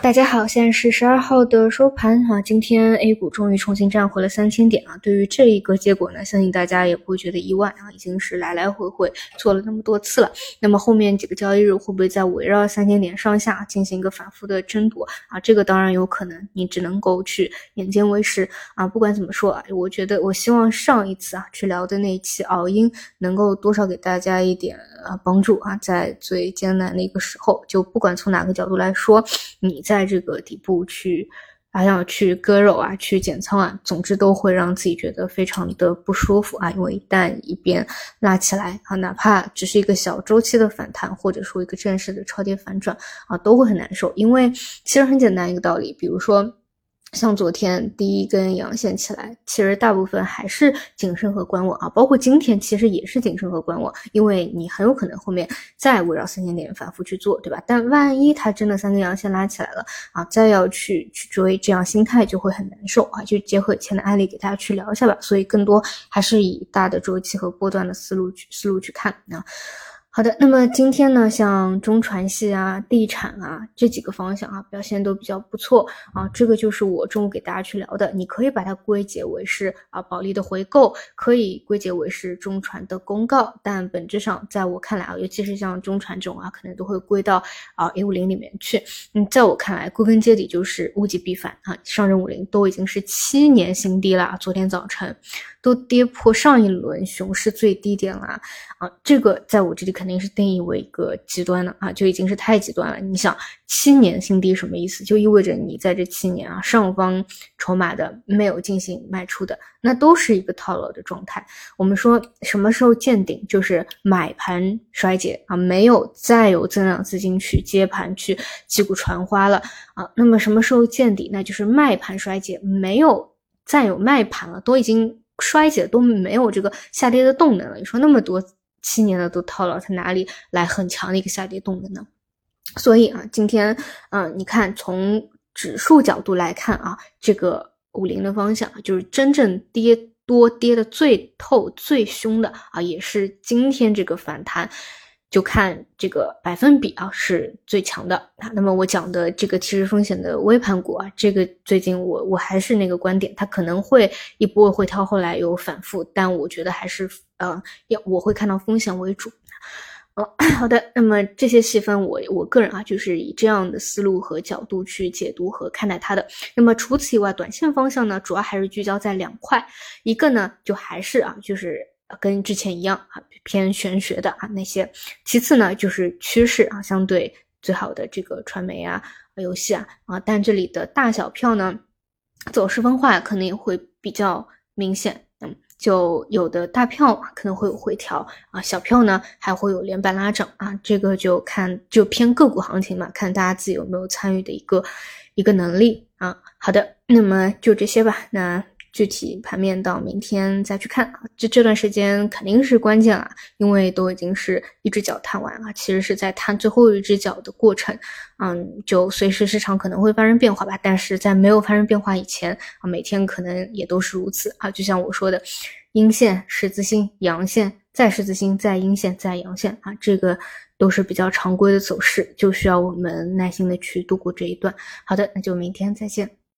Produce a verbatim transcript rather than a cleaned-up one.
大家好，现在是十二号的收盘啊，今天 A 股终于重新站回了三千点啊。对于这一个结果呢，相信大家也不会觉得意外啊，已经是来来回回做了那么多次了。那么后面几个交易日会不会再围绕三千点上下进行一个反复的争夺啊？这个当然有可能，你只能够去眼见为实啊。不管怎么说啊，我觉得我希望上一次啊去聊的那一期熬鹰能够多少给大家一点啊帮助啊，在最艰难的一个时候，就不管从哪个角度来说，你在这个底部去还要去割肉啊，去减仓啊，总之都会让自己觉得非常的不舒服啊，因为一旦一边拉起来啊，哪怕只是一个小周期的反弹，或者说一个正式的超跌反转啊，都会很难受。因为其实很简单一个道理，比如说像昨天第一根阳线起来，其实大部分还是谨慎和观望啊，包括今天其实也是谨慎和观望，因为你很有可能后面再围绕三千点反复去做，对吧？但万一它真的三根阳线拉起来了啊，再要去去追，这样心态就会很难受啊。就结合以前的案例给大家去聊一下吧，所以更多还是以大的周期和波段的思路去思路去看啊。好的，那么今天呢，像中传系啊、地产啊这几个方向啊，表现都比较不错啊。这个就是我中午给大家去聊的，你可以把它归结为是啊保利的回购，可以归结为是中传的公告，但本质上在我看来啊，尤其是像中传这种啊，可能都会归到啊 A 五十 里面去。嗯，在我看来，归根结底就是物极必反啊，上证五零都已经是七年新低了，昨天早晨都跌破上一轮熊市最低点了啊，这个在我这里肯定是定义为一个极端了啊，就已经是太极端了。你想七年新低什么意思？就意味着你在这七年啊，上方筹码的没有进行卖出的，那都是一个套牢的状态。我们说什么时候见顶，就是买盘衰竭啊，没有再有增量资金去接盘去击鼓传花了啊。那么什么时候见底？那就是卖盘衰竭，没有再有卖盘了，都已经衰竭，都没有这个下跌的动能了。你说那么多七年的都套牢，它哪里来很强的一个下跌动能呢？所以啊，今天嗯、呃，你看从指数角度来看啊，这个五零的方向就是真正跌多跌的最透最凶的啊，也是今天这个反弹就看这个百分比啊是最强的啊。那么我讲的这个提示风险的微盘股啊，这个最近我我还是那个观点，它可能会一波回调，后来有反复，但我觉得还是呃要我会看到风险为主。哦，好的，那么这些细分我我个人啊，就是以这样的思路和角度去解读和看待它的。那么除此以外，短线方向呢，主要还是聚焦在两块，一个呢就还是啊，就是跟之前一样啊，偏玄学的啊那些。其次呢，就是趋势啊，相对最好的这个传媒啊、游戏啊啊，但这里的大小票呢，走势分化可能也会比较明显。嗯，就有的大票可能会有回调啊，小票呢还会有连板拉涨啊，这个就看就偏个股行情嘛，看大家自己有没有参与的一个一个能力啊。好的，那么就这些吧，那具体盘面到明天再去看啊，这这段时间肯定是关键了，因为都已经是一只脚探完了，其实是在探最后一只脚的过程，嗯，就随时市场可能会发生变化吧，但是在没有发生变化以前啊，每天可能也都是如此啊，就像我说的，阴线、十字星、阳线，再十字星、再阴线、再阳线啊，这个都是比较常规的走势，就需要我们耐心的去度过这一段。好的，那就明天再见。